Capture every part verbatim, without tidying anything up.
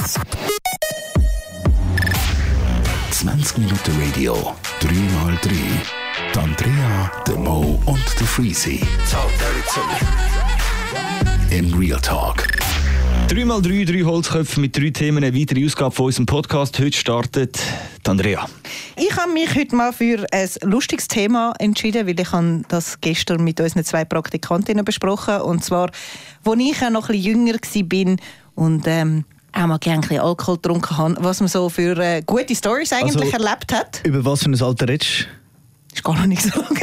zwanzig Minuten Radio, drei mal drei. Die Andrea, der Mo und der Freezy. In Real Talk. drei mal drei, drei Holzköpfe mit drei Themen, eine weitere Ausgabe von unserem Podcast. Heute startet die Andrea. Ich habe mich heute mal für ein lustiges Thema entschieden, weil ich habe das gestern mit unseren zwei Praktikantinnen besprochen. Und zwar, als ich auch noch ein bisschen jünger war und ähm, auch mal gerne ein bisschen Alkohol getrunken habe, was man so für äh, gute Storys eigentlich also, erlebt hat. Über was für ein Alter redest du? Das ist gar noch nicht so lange.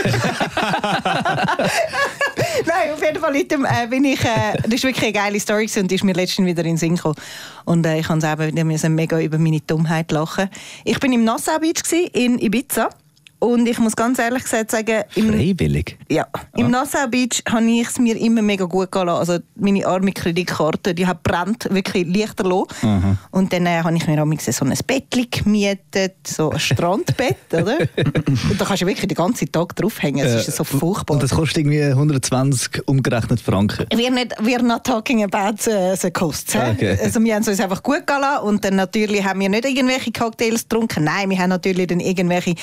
Nein, auf jeden Fall heute, äh, bin ich, äh, das ist wirklich eine geile Story und die ist mir letztens wieder in den Sinn gekommen. Und äh, ich kann selber wieder mega über meine Dummheit lachen. Ich war im Nassau Beach in Ibiza. Und ich muss ganz ehrlich gesagt sagen... Im, Freiwillig? Ja. Im ah. Nassau Beach habe ich es mir immer mega gut gehen lassen. Also meine arme Kreditkarte, die hat brennt, wirklich lichterloh. Mhm. Und dann äh, habe ich mir auch so ein Bettchen gemietet, so ein Strandbett, oder? Und da kannst du wirklich den ganzen Tag draufhängen. Es ist so furchtbar. Und das kostet irgendwie hundertzwanzig umgerechnet Franken? Wir nicht, we're not talking about the, the costs. Okay. Also wir haben es uns einfach gut gehen lassen. Und dann natürlich haben wir nicht irgendwelche Cocktails getrunken. Nein, wir haben natürlich dann irgendwelche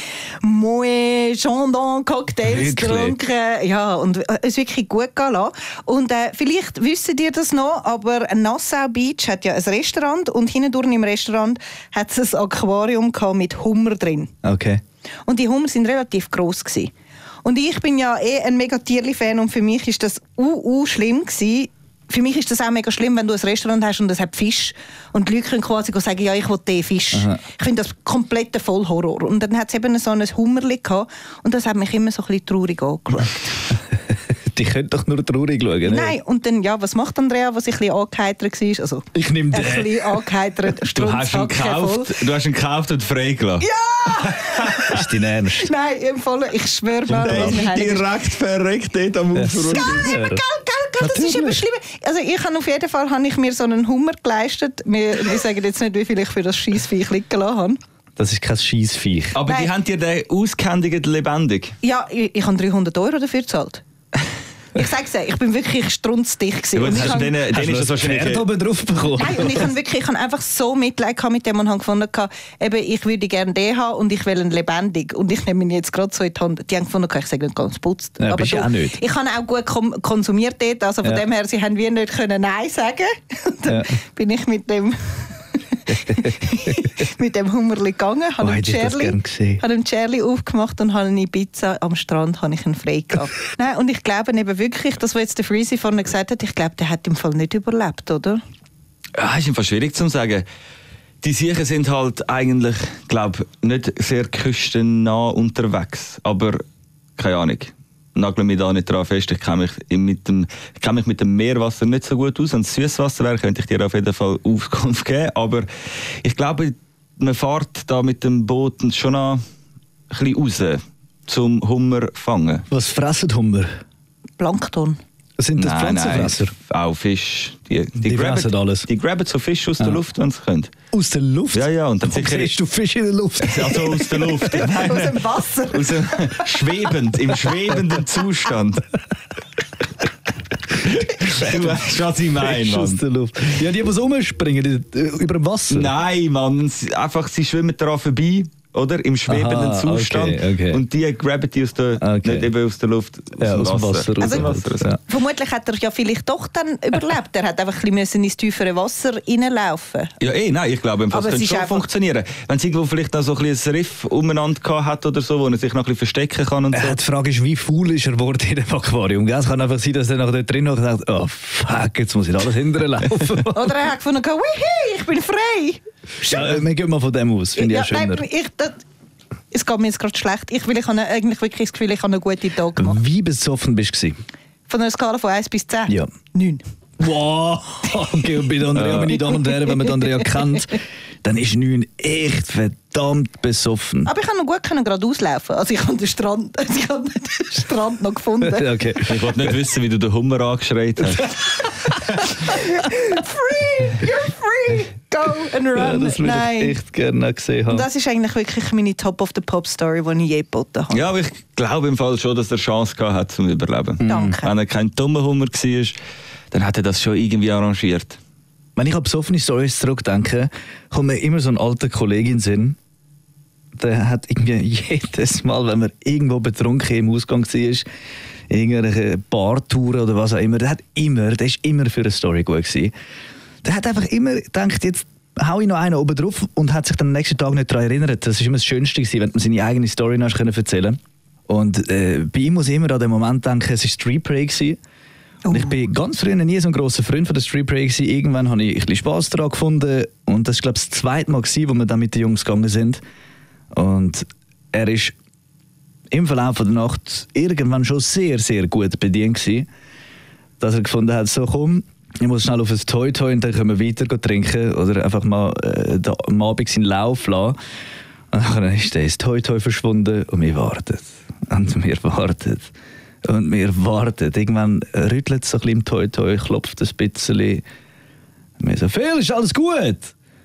Moet Chandon Cocktails getrunken. Ja, und es wirklich gut gehen lassen. Und äh, vielleicht wisst ihr das noch, aber Nassau Beach hat ja ein Restaurant und hinten im Restaurant hat es ein Aquarium mit Hummer drin. Okay. Und die Hummer sind relativ gross gewesen. Und ich bin ja eh ein mega Tierli-Fan und für mich war das uh, uh, schlimm gewesen. Für mich ist das auch mega schlimm, wenn du ein Restaurant hast und es hat Fisch und die Leute können quasi sagen, ja, ich will den Fisch. Aha. Ich finde das kompletter Vollhorror. Und dann hat es eben so ein Hummerli gehabt und das hat mich immer so ein bisschen traurig angeschaut. Die können doch nur traurig schauen, ne? Nein, und dann, ja, was macht Andrea, was ein bisschen angeheitert war? Also, ich nehme den. Ein bisschen angeheitert, du hast ihn gekauft, du hast ihn gekauft und freigelassen. Ja! Ist dein Ernst? Nein, im Fall, ich schwöre mal. Der ist direkt verreckt dort am Ufer. Geil, geil, geil, geil, das ist immer schlimm. Also ich habe auf jeden Fall habe ich mir so einen Hummer geleistet. Wir, wir sagen jetzt nicht, wie viel ich für das Scheissviech liegen gelassen habe. Das ist kein Scheissviech. Aber Nein. Die haben dir den ausgehändigt lebendig? Ja, ich, ich habe dreihundert Euro dafür gezahlt. Ich sage es, ich bin wirklich strunzdicht. Ja, und hast ich du denen, hast denen du ist das Pferd oben drauf bekommen? Nein, und ich habe wirklich, ich habe einfach so Mitleid mit dem und habe gefunden, eben, ich würde gerne den haben und ich will ihn lebendig. Und ich nehme ihn jetzt gerade so in die Hand. Die haben gefunden, ich sage nicht ganz putzt. Ja, aber bist du auch nicht. Ich habe auch gut kom- konsumiert dort, also von ja. dem her, sie haben wie nicht können Nein sagen. Und dann ja. bin ich mit dem... mit dem Hummerli gegangen, habe einen Cherli aufgemacht und habe eine Pizza am Strand habe ich ihn frei gehabt. Nein, und ich glaube eben wirklich, das, was jetzt der Freezy vorne gesagt hat, ich glaube, der hat im Fall nicht überlebt, oder? Ja, ist im Fall schwierig zu sagen. Die Siechen sind halt eigentlich, glaube nicht sehr küstennah unterwegs, aber keine Ahnung. Nagel mich da nicht dran fest. Ich kenne mich mit dem, ich kenne mich mit dem Meerwasser nicht so gut aus. Wenn es Süßwasser wäre, könnte ich dir auf jeden Fall Auskunft geben. Aber ich glaube, man fährt da mit dem Boot schon noch ein bisschen raus, zum Hummer fangen. Was fressen Hummer? Plankton. Sind das nein, Pflanzenfresser? Nein, auch Fisch. Die, die, die graben, fressen alles? Die graben so Fisch aus ja. der Luft, wenn sie können. Aus der Luft? Ja, ja. Und dann sicher siehst du Fisch in der Luft? Also aus der Luft. Nein, aus dem Wasser. Aus dem schwebend, im schwebenden Zustand. Du weißt, was ich meine, Mann. Aus der Luft. Ja, die, die rumspringen, über dem Wasser? Nein, Mann. Einfach, sie schwimmen daran vorbei. Oder? Im schwebenden Aha, Zustand. Okay, okay. Und die graben die aus der, okay. nicht eben aus der Luft, aus, ja, dem, aus Wasser. dem Wasser. Also, also, ja. Vermutlich hat er ja vielleicht doch dann überlebt. Er hat einfach ein bisschen ins tiefere Wasser reinlaufen. Ja, eh, nein, ich glaube, das könnte schon einfach... funktionieren. Wenn es irgendwo vielleicht noch so ein, ein Riff umeinander gehabt hat oder so, wo er sich noch ein bisschen verstecken kann und so. Äh, die Frage ist, wie faul ist er geworden in dem Aquarium? Es kann einfach sein, dass er noch dort drin noch sagt, oh fuck, jetzt muss ich alles hinterher laufen. Oder er hat gefunden, wihi, ich bin frei. Ja, wir gehen mal von dem aus, finde ich ja, schöner. Nein, ich, das, es geht mir jetzt gerade schlecht. Ich, will, ich habe eigentlich wirklich das Gefühl, ich habe einen guten Tag gemacht. Wie besoffen bist du? Von einer Skala von eins bis zehn? Ja. neun. Wow! Okay, und bei Andrea, meine Damen und Herren, wenn man Andrea kennt, dann ist neun echt verdammt besoffen. Aber ich konnte noch gut können gerade auslaufen. Also ich habe den Strand, ich habe den Strand noch gefunden. Okay. Ich wollte nicht wissen, wie du den Hummer angeschreit hast. Free! You're free! Go and run! Ja, das würde Nein. ich echt gerne gesehen haben. Und das ist eigentlich wirklich meine Top-of-the-Pop-Story, die ich je geboten habe. Ja, aber ich glaube im Fall schon, dass er Chance gehabt hat zum Überleben. Danke. Wenn er kein dummer Hummer war, dann hat er das schon irgendwie arrangiert. Wenn ich an besoffene Stories zurückdenke, kommt mir immer so ein alter Kollegin in den Sinn. Der hat irgendwie jedes Mal, wenn man irgendwo betrunken im Ausgang war, irgendeine Bartour oder was auch immer, der hat immer, der ist immer für eine Story gut gewesen. Der hat einfach immer gedacht, jetzt hau ich noch einen oben drauf und hat sich dann am nächsten Tag nicht daran erinnert. Das war immer das Schönste gewesen, wenn man seine eigene Story noch erzählen konnte. Und äh, bei ihm muss ich immer an den Moment denken, es war Street Parade gewesen. Und ich bin ganz früher nie so ein grosser Freund von der Street Parade gewesen. Irgendwann habe ich ein bisschen Spass daran gefunden und das war, glaube ich, das zweite Mal gewesen, wo wir dann mit den Jungs gegangen sind. Und er ist im Verlauf der Nacht irgendwann schon sehr, sehr gut bedient gewesen, dass er gefunden hat, so komm, ich muss schnell auf ein Toi Toi und dann können wir weiter trinken oder einfach mal äh, da, am Abend seinen Lauf lassen. Und dann ist der ins Toi Toi verschwunden und wir warten. Und wir warten. Und wir warten. Irgendwann rüttelt es so ein bisschen im Toi Toi, klopft ein bisschen. Und wir so, Phil, ist alles gut?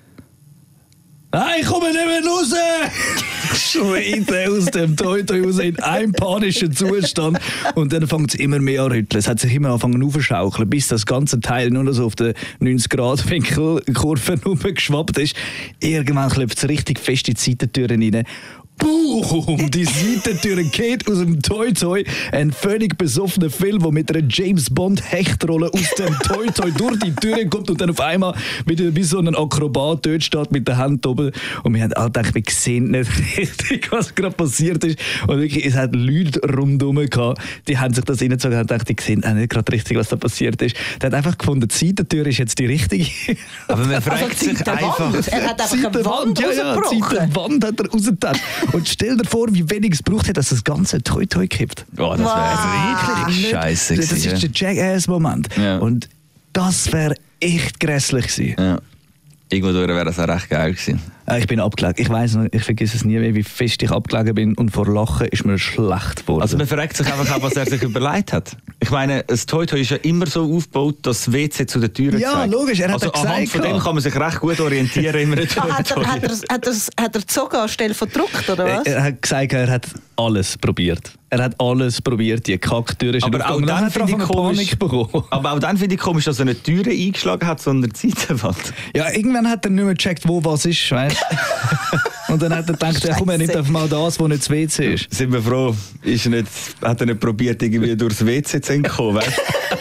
Nein, ich komme nicht mehr raus! Schreit er aus dem Toi Toi raus in einem panischen Zustand. Und dann fängt es immer mehr an rütteln. Es hat sich immer angefangen aufzuschaukeln, bis das ganze Teil nur noch so auf der neunzig Grad Winkelkurve rumgeschwappt ist. Irgendwann klopft es richtig fest in die Seitentüren rein. Boom! Die Seitentür geht aus dem Toi Toi. Ein völlig besoffener Phil, der mit einer James Bond Hechtrolle aus dem Toi Toi durch die Tür kommt und dann auf einmal wieder wie so ein Akrobat dort steht mit der Hand oben. Und wir haben alle gedacht, wir sehen nicht richtig, was gerade passiert ist. Und wirklich, es hat Leute rundherum gehabt, die haben sich das reingezogen und gedacht, die sehen auch nicht gerade richtig, was da passiert ist. Der hat einfach gefunden, die Seitentür ist jetzt die richtige. Aber man fragt also sich einfach... Er hat einfach eine Wand ja, ja, die Wand hat er rausgetan. Und stell dir vor, wie wenig es braucht hat, dass das ganze Toi Toi kippt. Oh, das wäre wow. richtig scheiße gewesen. Das ist der Jackass-Moment. Ja. Und das wäre echt grässlich gewesen. Ja. Irgendwo wäre das auch recht geil gewesen. Ich bin abgelegen. Ich weiss noch, ich vergesse es nie mehr, wie fest ich abgelegen bin. Und vor Lachen ist mir schlecht geworden. Also man fragt sich einfach auch, was er sich überlegt hat. Ich meine, das Toi Toi ist ja immer so aufgebaut, dass das W C zu der Tür zeigt. Ja, logisch. Er hat also gesagt, anhand von dem kann man sich recht gut orientieren. Immer ah, hat, er, hat, er, hat, er, hat er gezogen anstelle von gedruckt, oder was? Er hat gesagt, er hat alles probiert. Er hat alles probiert, die Kacktür ist aber auch dann finde ich komisch, aber auch dann finde ich komisch, dass er eine Tür eingeschlagen hat, sondern die Seitenwand. Ja, irgendwann hat er nicht mehr gecheckt, wo was ist, weißt? Und dann hat er gedacht, ja, komm, er nimmt einfach mal das, wo nicht das W C ist. Sind wir froh, ist nicht, hat er nicht probiert, irgendwie durchs W C zu entkommen, weißt?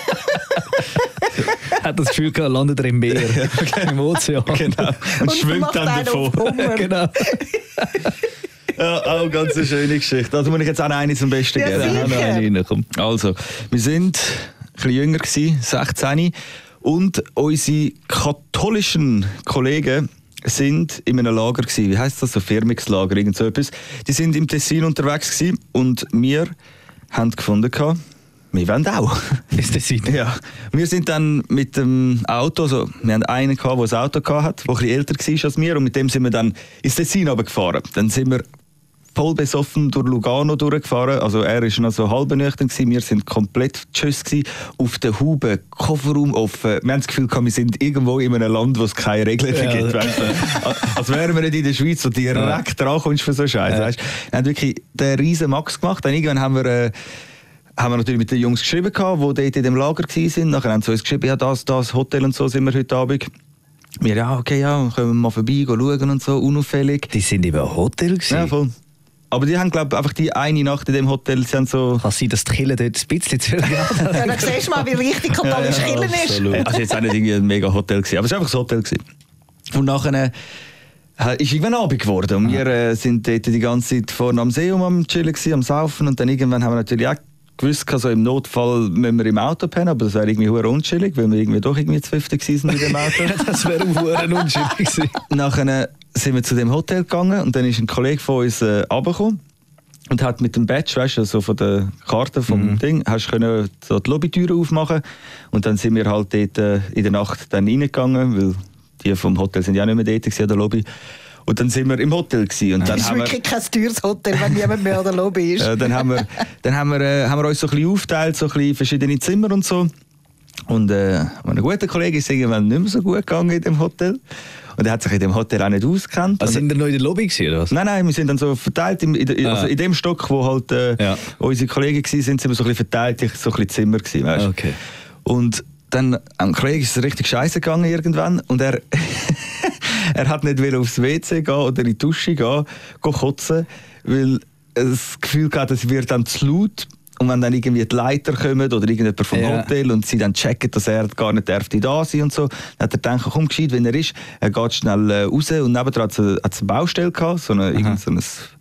Hat das Gefühl gehabt, landet er im Meer, ja, okay. Im Ozean. Genau. Und, und schwimmt dann davon. Genau. Ja, auch ganz eine schöne Geschichte. Also muss ich jetzt auch eine zum Besten ja, geben. Ja, eine also, wir sind ein bisschen jünger gewesen, sechzehn, und unsere katholischen Kollegen sind in einem Lager gewesen. Wie heisst das? So Firmungslager, irgend so etwas. Die sind im Tessin unterwegs gewesen und wir haben gefunden, wir wollen auch. Ist das Sinn? Ja. Wir sind dann mit dem Auto, also wir haben einen gehabt, der ein Auto hatte, der ein bisschen älter war als wir, und mit dem sind wir dann ins Tessin runtergefahren. Dann sind wir voll besoffen durch Lugano durchgefahren. Also er war noch so halb nüchtern gewesen, wir sind komplett tschüss gewesen. Auf der Haube, Kofferraum offen. Wir haben das Gefühl, wir sind irgendwo in einem Land, wo es keine Regeln ja, gibt. Weißt du? Als wären wir nicht in der Schweiz, wo du direkt ja. drankommst für so Scheiße. Ja. Wir haben wirklich den riesen Max gemacht. Dann irgendwann haben wir... Äh, haben wir natürlich mit den Jungs geschrieben, die dort in dem Lager waren. Nachher haben sie uns geschrieben, ja, das, das Hotel und so sind wir heute Abend. Wir, ja, okay, ja, können wir mal vorbei schauen und so, unauffällig. Die sind in einem Hotel gewesen? Ja, voll. Aber die haben, glaube ich, einfach die eine Nacht in dem Hotel, sie haben so... Kann sein, dass die Kirche dort ein bisschen zu viel ja, dann siehst du mal, wie richtig katholisch ja, ja, Kirche ist. Absolut. Also jetzt auch nicht irgendwie ein mega Hotel gewesen, aber es war einfach das Hotel gewesen. Und nachher... Äh, ist irgendwann Abend geworden und wir äh, sind dort die ganze Zeit vorne am See am Chillen gewesen, am Saufen, und dann irgendwann haben wir natürlich auch gewusst, also im Notfall müssen wir im Auto pennen, aber das wäre irgendwie verdammt unchillig, weil wir irgendwie doch irgendwie zu fünften waren mit dem Auto. Das wäre verdammt unchillig gewesen. Nachher sind wir zu dem Hotel gegangen und dann ist ein Kollege von uns äh, runtergekommen und hat mit dem Badge, weißt du, also von der Karte vom mhm. Ding, hast können so die Lobbytüre aufmachen, und dann sind wir halt dort äh, in der Nacht dann reingegangen, weil die vom Hotel sind ja nicht mehr dort in der Lobby. Und dann sind wir im Hotel gewesen. Und dann das ist haben wirklich wir, kein teures Hotel, wenn niemand mehr in der Lobby ist. äh, dann haben wir, dann haben wir, äh, haben wir uns so ein bisschen aufgeteilt, so ein bisschen verschiedene Zimmer und so. Und äh, mein guter Kollege ist irgendwann nicht mehr so gut gegangen in dem Hotel. Und er hat sich in dem Hotel auch nicht ausgekannt. Also sind wir noch in der Lobby gewesen, oder was? Nein, nein, wir sind dann so verteilt, in, in, also ah. in dem Stock, wo halt äh, ja. unsere Kollegen waren, sind wir so ein bisschen verteilt, so ein bisschen Zimmer gewesen, weißt? Okay. Und dann am Krieg ist es richtig scheiße gegangen irgendwann und er, er hat nicht will aufs W C gehen oder in die Dusche gehen, gehen kotzen, weil er das Gefühl hat, es wird dann zu laut. Und wenn dann irgendwie die Leiter kommen oder irgendjemand vom ja. Hotel und sie dann checken, dass er gar nicht darf da sein und so, dann hat er gedacht, komm gescheit, wenn er ist, er geht schnell äh, raus und nebendran hat es eine, eine Baustelle gehabt, so, eine, irgend so ein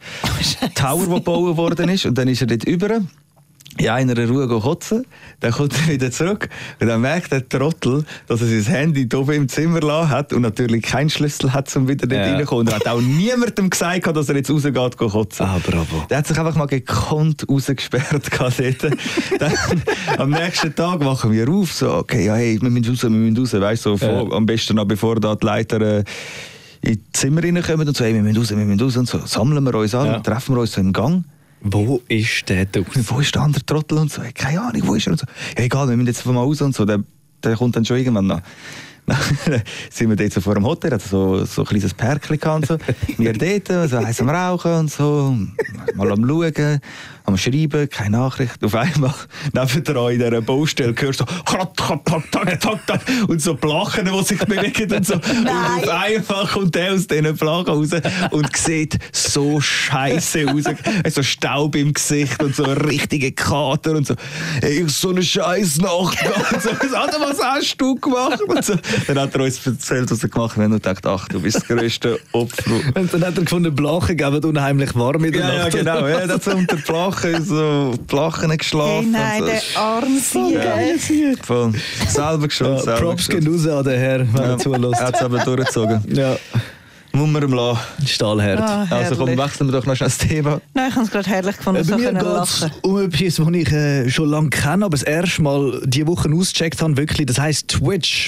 oh, Tower, der gebaut worden ist und dann ist er dort über. In einer Ruhe kotzen, dann kommt er wieder zurück und dann merkt der Trottel, dass er sein Handy hier oben im Zimmer lassen hat und natürlich keinen Schlüssel hat, um wieder dort ja. reinzukommen. Und er hat auch niemandem gesagt, dass er jetzt rausgeht kotzen. Ah, bravo. Der hat sich einfach mal gekonnt rausgesperrt dort. Dann, am nächsten Tag wachen wir auf, so, okay, ja, hey, wir müssen raus, wir müssen raus, weißt, so, vor, ja. am besten noch bevor da die Leiter äh, in die Zimmer reinkommen und so, hey, wir müssen raus, wir müssen raus und so, sammeln wir uns an ja. und treffen wir uns so im Gang. Wo ist der da? Wo ist der andere Trottel und so? Keine Ahnung, wo ist er und so. Ja, egal, wir müssen jetzt mal raus und so. Der, der kommt dann schon irgendwann noch. Dann sind wir dort so vor dem Hotel, hat so, so ein kleines Pärkchen und so. Wir dort, so heiß am Rauchen und so. Mal am Schauen, am Schreiben, keine Nachricht. Auf einmal, nebendran in dieser Baustelle, hörst du so tak, tak, tak, tak, tak, und so Plachen, die sich bewegen und so. Und auf einmal kommt der aus diesen Plachen raus und sieht so scheiße aus. So Staub im Gesicht und so ein richtiger Kater und so. Ey, so eine scheiß Nacht. Und so, was hast du gemacht? Und so. Dann hat er uns erzählt, was er gemacht hat und gedacht, ach, du bist das grösste Opfer. Und dann hat er gefunden, Blachen geben unheimlich warm in der ja, Nacht. Ja, genau. Ja, das so unter Blachen, so Blachen geschlafen. Hey, nein, so. der arme Sieg. Ja, voll. Selber geschuld. Ja, Props gehen raus an den Herr, wenn ja, er zulässt. Er hat es aber durchgezogen. Ja. Muss man ihm lassen. Stahlherd. Ah, also komm, wechseln wir doch noch schnell das Thema. Nein, ich habe es gerade herrlich gefunden, äh, so bei mir können geht lachen. es um etwas, das ich äh, schon lange kenne, aber das erste Mal diese Woche ausgecheckt habe, wirklich, das heisst Twitch.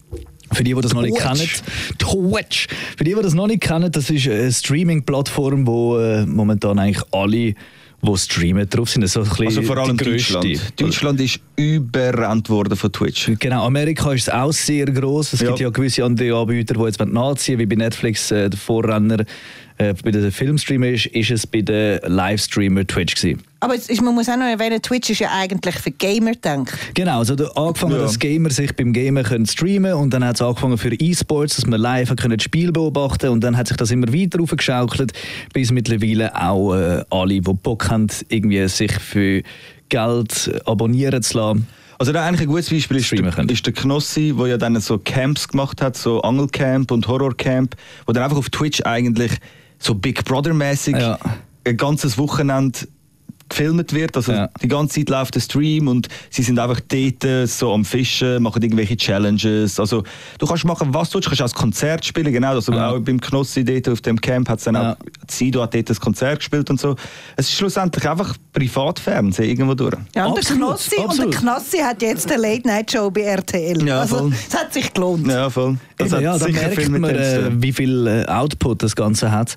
Für die, die das noch nicht kennen. Twitch. Für die, die das noch nicht kennen, das ist eine Streaming-Plattform, wo äh, momentan eigentlich alle, die streamen, drauf sind. So ein also vor allem Deutschland. Deutschland ist überrannt worden von Twitch. Genau, Amerika ist auch sehr gross. Es ja. gibt ja gewisse andere Anbieter, die jetzt nachziehen, wie bei Netflix äh, der Vorrenner äh, bei den Filmstreamern ist, ist es bei den Livestreamer Twitch gewesen. Aber jetzt, man muss auch noch erwähnen, Twitch ist ja eigentlich für Gamer gedacht. Genau, also da angefangen, ja. dass Gamer sich beim Gamen können streamen und dann hat es angefangen für E-Sports, dass man live können das Spiel beobachten und dann hat sich das immer weiter aufgeschaukelt, bis mittlerweile auch äh, alle, die Bock haben, irgendwie sich für Geld abonnieren zu lassen. Also da eigentlich ein gutes Beispiel ist der, ist der Knossi, der ja dann so Camps gemacht hat, so Angelcamp und Horrorcamp, wo dann einfach auf Twitch eigentlich so Big Brother-mäßig ja. ein ganzes Wochenende gefilmt wird, also ja. die ganze Zeit läuft der Stream und sie sind einfach dort so am Fischen, machen irgendwelche Challenges, also du kannst machen, was du willst, du kannst auch ein Konzert spielen, genau, also ja. auch beim Knossi dort auf dem Camp hat es dann ja. auch, Sido hat dort ein Konzert gespielt und so. Es ist schlussendlich einfach Privatfernsehen irgendwo durch. Ja, und absolut, der Knossi, absolut. und der Knossi hat jetzt eine Late-Night-Show bei R T L. Ja, also voll. es hat sich gelohnt. Ja, voll. Das Eben, hat ja, da sicher merkt viel mit man, äh, wie viel äh, Output das Ganze hat.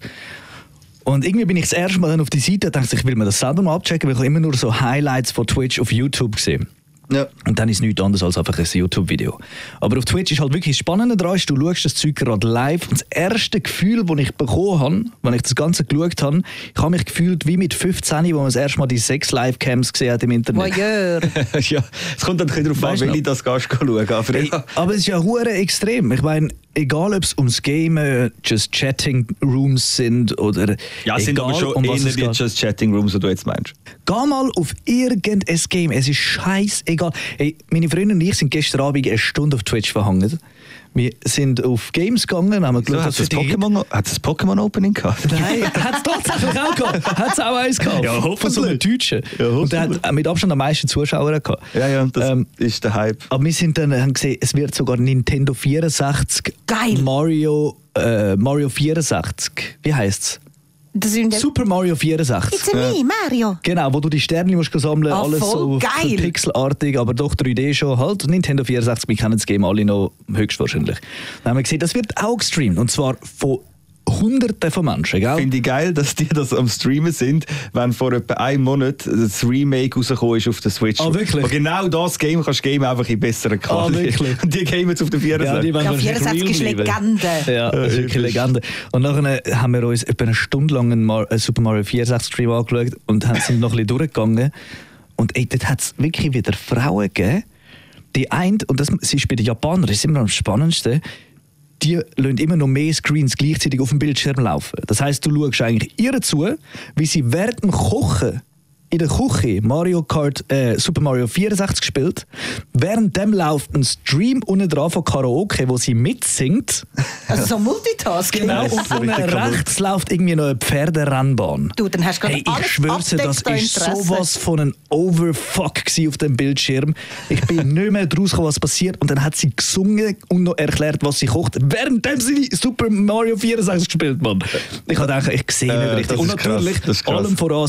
Und irgendwie bin ich das erste Mal dann auf die Seite und dachte, ich will mir das selber mal abchecken, weil ich habe immer nur so Highlights von Twitch auf YouTube gesehen. Ja. Und dann ist es nichts anderes als einfach ein YouTube-Video. Aber auf Twitch ist halt wirklich das Spannende daran, du schaust das Zeug gerade live und das erste Gefühl, das ich bekommen habe, wenn ich das Ganze geschaut habe, ich habe mich gefühlt wie mit fünfzehn, wo man das erste Mal die sechs Live-Cams gesehen hat im Internet. Voyeur. Ja, es kommt dann ein bisschen darauf an, wie ich das gehst schauen. Aber, Ey, ja. aber es ist ja hure extrem. Ich meine, egal ob es ums Gamen, Just Chatting Rooms sind oder ja, es sind egal, aber schon um eher was es die geht. Just Chatting Rooms, die du jetzt meinst. Geh mal auf irgendein Game, es ist scheißegal. Hey, meine Freunde und ich sind gestern Abend eine Stunde auf Twitch verhangen. Wir sind auf Games gegangen, haben geschaut, so, hat es Pokémon, hat es Pokémon Opening gehabt? Nein, hat es tatsächlich auch gehabt. Hat es auch eins gehabt. Ja, von so einem Deutschen. Ja, und der hat mit Abstand am meisten Zuschauer gehabt. Ja, ja, das ähm, ist der Hype. Aber wir sind dann, haben gesehen, es wird sogar Nintendo vierundsechzig. Geil. Mario, äh, Mario vierundsechzig. Wie heisst es? Das sind Super Mario vierundsechzig. It's a me, Mario. Genau, wo du die Sterne musst sammeln, Ah, alles so geil. pixelartig, aber doch drei D schon halt. Nintendo vierundsechzig, wir kennen das Game alle noch höchstwahrscheinlich. Dann haben wir gesehen, das wird auch gestreamt und zwar von Hunderten von Menschen, gell? Finde ich geil, dass die das am Streamen sind, wenn vor etwa einem Monat das Remake rausgekommen ist auf der Switch. Ah, wirklich? Und genau das Game kannst du gamen, einfach in besseren Ah, Qualität. wirklich? Und die gamen jetzt auf der vierundsechzig. Ja, die wollen Ja, wahrscheinlich vierundsechzig ist real bleiben. Legende. Ja, das ist wirklich Ja, Legende. Und nachher haben wir uns etwa eine Stunde lang einen Mar- einen Super Mario vierundsechzig Stream angeschaut und haben- sind noch ein bisschen durchgegangen. Und ey, dort hat es wirklich wieder Frauen gegeben, die eine, und das ist bei den Japanern, das ist immer am spannendsten, die lassen immer noch mehr Screens gleichzeitig auf dem Bildschirm laufen. Das heisst, du schaust eigentlich ihr zu, wie sie während dem Kochen in der Küche Mario Kart, äh, Super Mario vierundsechzig gespielt. Währenddem läuft ein Stream unten dran von Karaoke, wo sie mitsingt. Also so Multitasking. Genau, und unten rechts läuft irgendwie noch eine Pferderennbahn. Du, dann hast du hey, alles ich schwöre, das war sowas von einem Overfuck auf dem Bildschirm. Ich bin nicht mehr draus gekommen, was passiert. Und dann hat sie gesungen und noch erklärt, was sie kocht, währenddem sie Super Mario vierundsechzig gespielt hat. Ich habe gedacht, ich sehe nicht äh, richtig. Und natürlich, allem voran,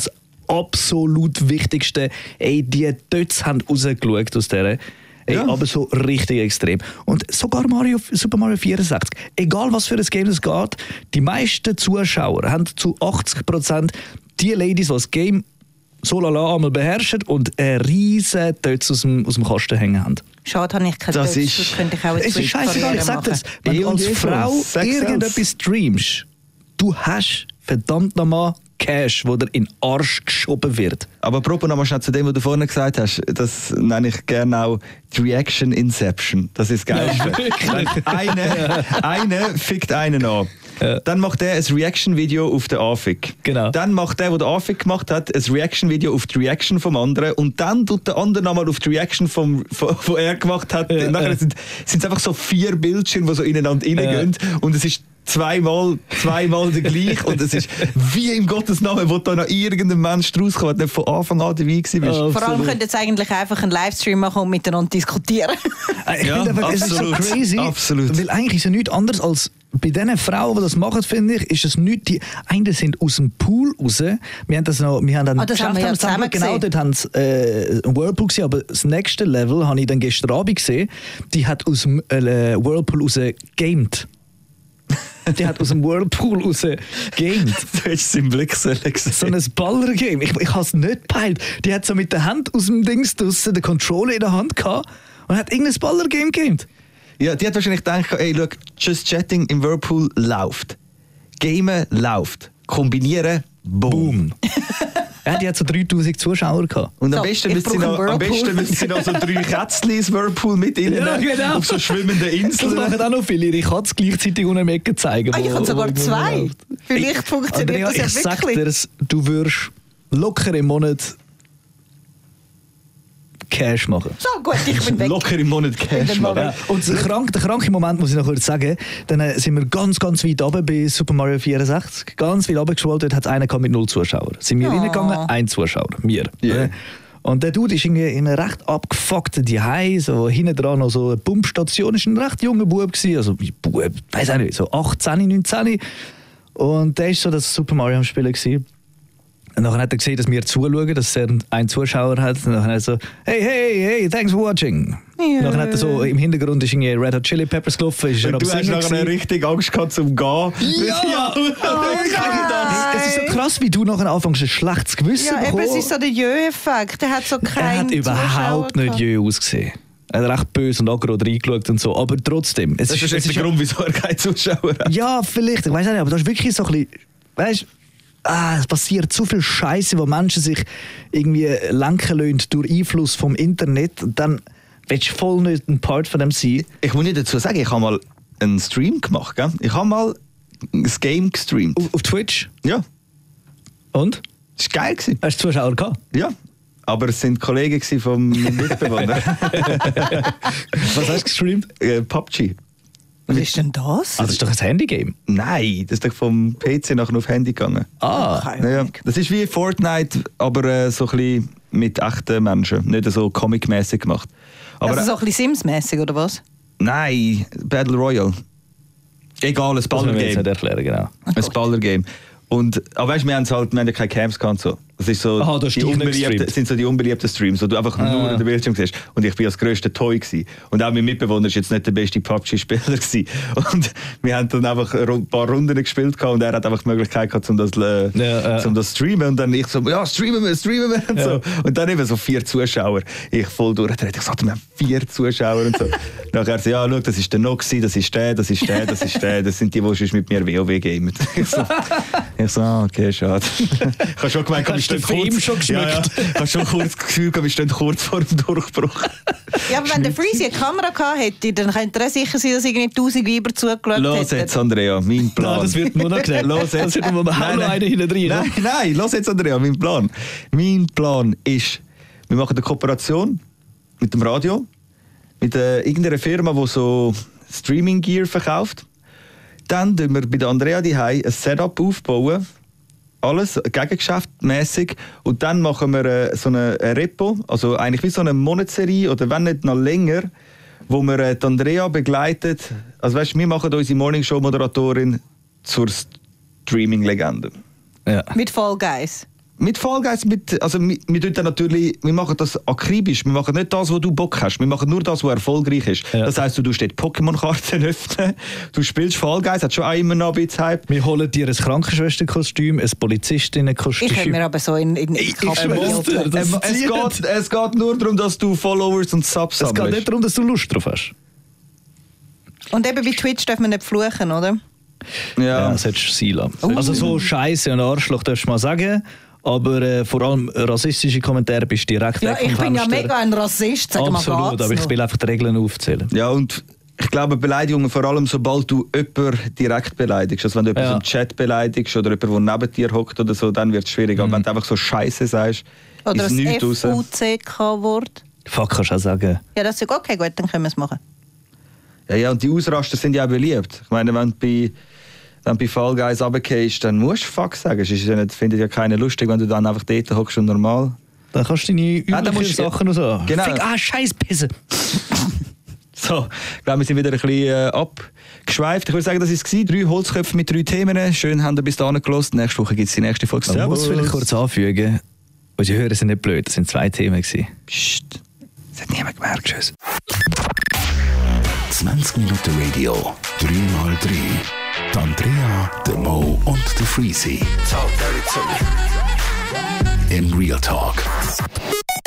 absolut Wichtigste, ey, die Töts haben rausgeschaut aus dieser. Ey, ja. Aber so richtig extrem. Und sogar Mario, Super Mario vierundsechzig, egal was für ein Game es geht, die meisten Zuschauer haben zu achtzig Prozent die Ladies, die das Game so lala einmal beherrschen und eine riesen Töts aus dem, aus dem Kasten hängen haben. Schade, habe ich keine das Töts, das könnte ich auch Es ist scheißegal, ich sag das. Wenn e du als Frau irgendetwas streamst, du hast verdammt nochmal Cash, wo dir in den Arsch geschoben wird. Aber apropos nochmal schnell zu dem, was du vorhin gesagt hast, das nenne ich gerne auch die Reaction Inception. Das ist das Geilste. Ja, eine, eine fickt einen an. Ja. Dann macht er ein Reaction-Video auf den Anfick. Genau. Dann macht der, der den Anfick gemacht hat, ein Reaction-Video auf die Reaction vom anderen. Und dann tut der andere nochmal auf die Reaction, vom, vom, von er gemacht hat. Ja, Nachher ja. sind es einfach so vier Bildschirme, die so ineinander reingehen. Ja. Und es ist zweimal, zweimal der gleich. Und es ist wie im Gottes Namen, wo da noch irgendein Mensch rauskommt, der von Anfang an dabei war. Oh, vor allem könnt ihr jetzt eigentlich einfach einen Livestream machen und miteinander diskutieren. Ich ja, finde aber, es ist so crazy. Absolut. Weil eigentlich ist es ja nichts anderes als bei diesen Frauen, die das machen, finde ich, ist es nicht, die einen sind aus dem Pool raus. Wir haben das noch, wir haben dann oh, das haben wir ja zusammen genau, gesehen. dort haben sie äh, einen Whirlpool gesehen, aber das nächste Level habe ich dann gestern Abend gesehen, die hat aus dem äh, Whirlpool raus gamed. Die hat aus dem Whirlpool raus gamed. Du hättest es im Blick gesehen. So ein Baller-Game. Ich, ich habe es nicht gepeilt. Die hat so mit der Hand aus dem Dings draussen den Controller in der Hand gehabt und hat irgendein Baller-Game gamed. Ja, die hat wahrscheinlich gedacht, ey, schau, Just Chatting im Whirlpool läuft. Gamen läuft. Kombinieren, boom. boom. Ja, die hat so dreitausend Zuschauer gehabt. Und am so, besten müssen sie noch, am besten müssen sie noch so drei Kätzchen ins Whirlpool mit ihnen ja, genau. auf so schwimmenden Inseln. Das machen auch noch viele, ihre Katze gleichzeitig unter dem Ecken zeigen. Ah, ich habe sogar zwei. Läuft. Vielleicht ich, funktioniert Andrea, das ja ich wirklich. Ich sag dir, du würdest locker im Monat Cash machen. So gut, ich bin weg. Locker im Monat Cash machen. Ja. Und der kranke, der kranke Moment, muss ich noch kurz sagen, dann äh, sind wir ganz, ganz weit runter bei Super Mario vierundsechzig. Ganz weit runtergeschwollt, dort hat es einen mit null Zuschauern. Sind wir oh. reingegangen, ein Zuschauer, wir. Yeah. Und der Dude ist irgendwie in einem recht abgefuckten Zuhause, so hinten dran noch so eine Pumpstation, ist ein recht junger Bub gewesen, also wie Bub, weiss auch nicht, so achtzehn, neunzehn. Und der ist so das Super Mario am Spielen gewesen. Und dann hat er gesehen, dass wir zuschauen, dass er einen Zuschauer hat. Und dann hat er so, hey, hey, hey, thanks for watching. Yeah. Und dann hat er so, im Hintergrund ist irgendwie Red Hot Chili Peppers gelaufen. Ist er du hast nachher richtig Angst gehabt zum Gehen. Ja! ja. Oh, es ist so krass, wie du nachher anfängst, ein schlechtes Gewissen ja, bekommen. Ja, es ist so der Jö-Effekt. Der hat so keinen Er hat überhaupt Zuschauer nicht Jö ausgesehen. Er hat recht böse und aggro reingeschaut und so. Aber trotzdem. Es das ist, ist, ist der Grund, wieso er keine Zuschauer hat. Ja, vielleicht. Ich weiß nicht, aber das ist wirklich so ein bisschen, weißt, ah, es passiert zu viel Scheiße, wo Menschen sich irgendwie lenken lassen durch Einfluss vom Internet. Und dann willst du voll nicht ein Part von dem sein. Ich muss nicht dazu sagen, ich habe mal einen Stream gemacht. Gell? Ich habe mal ein Game gestreamt. Auf, auf Twitch? Ja. Und? Das war geil. Hast du Zuschauer gehabt? Ja. Aber es waren Kollegen vom Mitbewohner. Was hast du gestreamt? Äh, P U B G. Was ist denn das? Also, das ist doch ein Handygame. Nein, das ist doch vom P C nachher auf Handy gegangen. Ah, ja, das ist wie Fortnite, aber äh, so ein bisschen mit echten Menschen. Nicht so comic-mäßig gemacht. Aber, also so ein bisschen Sims-mäßig, oder was? Nein, Battle Royale. Egal, ein Ballergame. Das nicht erklären, genau. Ein Ballergame. Und, aber weißt du, wir haben halt, wir haben ja keine Camps gehabt. So. Das ist so Aha, die unbeliebten, sind so die unbeliebten Streams, wo du einfach ah. nur den Bildschirm siehst. Und ich war als grösster Toy gewesen. Und auch mein Mitbewohner war jetzt nicht der beste P U B G-Spieler gewesen. Und wir haben dann einfach ein paar Runden gespielt gehabt und er hat einfach die Möglichkeit gehabt, um das, äh, ja, äh. um das zu streamen. Und dann ich so, ja, streamen wir, streamen wir. Und, ja. so. Und dann eben so vier Zuschauer. Ich voll durchdreht. Ich sagte, wir haben vier Zuschauer und so. Nachher so, ja, schau, das ist der noch gewesen, das ist der, das ist der, das ist der. Das sind die, die schon mit mir WoW gamen. So. Ich so, ah, okay, schade. Ich habe schon gemeint, wir stehen kurz... schon ja, ja. Ich habe schon kurz das Gefühl, wir stehen kurz vor dem Durchbruch. Ja, aber wenn der Freezy eine Kamera gehabt hätte, dann könnte er sicher sein, dass irgendwie tausend Weiber zugeschaut hätten. Los jetzt, Andrea, mein Plan. Nein, das wird nur noch schnell. Los jetzt. Das wird nur noch Nein, nein. einen hinten rein. Nein, nein, los jetzt, Andrea, mein Plan. Mein Plan ist, wir machen eine Kooperation mit dem Radio, mit äh, irgendeiner Firma, die so Streaming-Gear verkauft. Dann tun wir bei der Andrea daheim ein Setup aufbauen. Alles gegengeschäftmäßig. Und dann machen wir äh, so eine, ein Repo, also eigentlich wie so eine Monatsserie oder wenn nicht noch länger, wo wir äh, die Andrea begleitet. Also weißt, wir machen unsere Morningshow-Moderatorin zur Streaming-Legende. Ja. Mit Fall Guys. Mit Fall Guys, mit, also wir, wir, tun dann natürlich, wir machen das akribisch. Wir machen nicht das, wo du Bock hast. Wir machen nur das, was erfolgreich ist. Ja. Das heisst, du tust dort Pokémon-Karten öffnen, du spielst Fall Guys, hat schon auch immer noch ein bisschen Hype. Wir holen dir ein Krankenschwesterkostüm, ein Polizistinnen-Kostüm. Ich könnte mir aber so in, in, in Ein Monster, das Ähm, es, zieht. geht, es geht nur darum, dass du Followers und Subs Es geht sammelst. nicht darum, dass du Lust drauf hast. Und eben bei Twitch darf man nicht fluchen, oder? Ja. Ja, das hättest du sein lassen. Also so Scheiße und Arschloch darfst du mal sagen, aber äh, vor allem rassistische Kommentare bist du direkt Ja, weg vom ich bin ja Fenster. mega ein Rassist, sag mal, Absolut, geht's aber ich noch? will einfach die Regeln aufzählen. ja, und ich glaube, Beleidigungen vor allem, sobald du jemanden direkt beleidigst. Also wenn du jemanden Ja. im Chat beleidigst oder jemanden, der neben dir hockt oder so, dann wird es schwierig. Aber wenn du einfach so Scheiße sagst, Oder ist das nichts raus. F U C K-Wort. Fuck, kannst du auch sagen. Ja, das ist okay, gut, dann können wir es machen. Ja, ja, und die Ausraster sind ja auch beliebt. Ich meine, wenn du bei, wenn du bei Fall Guys runtergehst, dann musst du Fuck sagen. Es ist ja nicht, findet ja keiner lustig, wenn du dann einfach dort hockst und normal. Dann kannst du deine üblichen Ah, dann musst du- Sachen noch so. Genau. Fick, ah, scheiß Pisse. So, ich glaube, wir sind wieder ein bisschen äh, abgeschweift. Ich würde sagen, das war es. Drei Holzköpfe mit drei Themen. Schön, habt ihr bis dahin gelassen. Nächste Woche gibt es die nächste Folge. Man muss vielleicht kurz anfügen, unsere Hörer sind nicht blöd, das sind zwei Themen gewesen. Psst. Das hat niemand gemerkt. Tschüss. zwanzig Minuten Radio, drei mal drei. Die Andrea, der Mo und der Freezy. In Real Talk.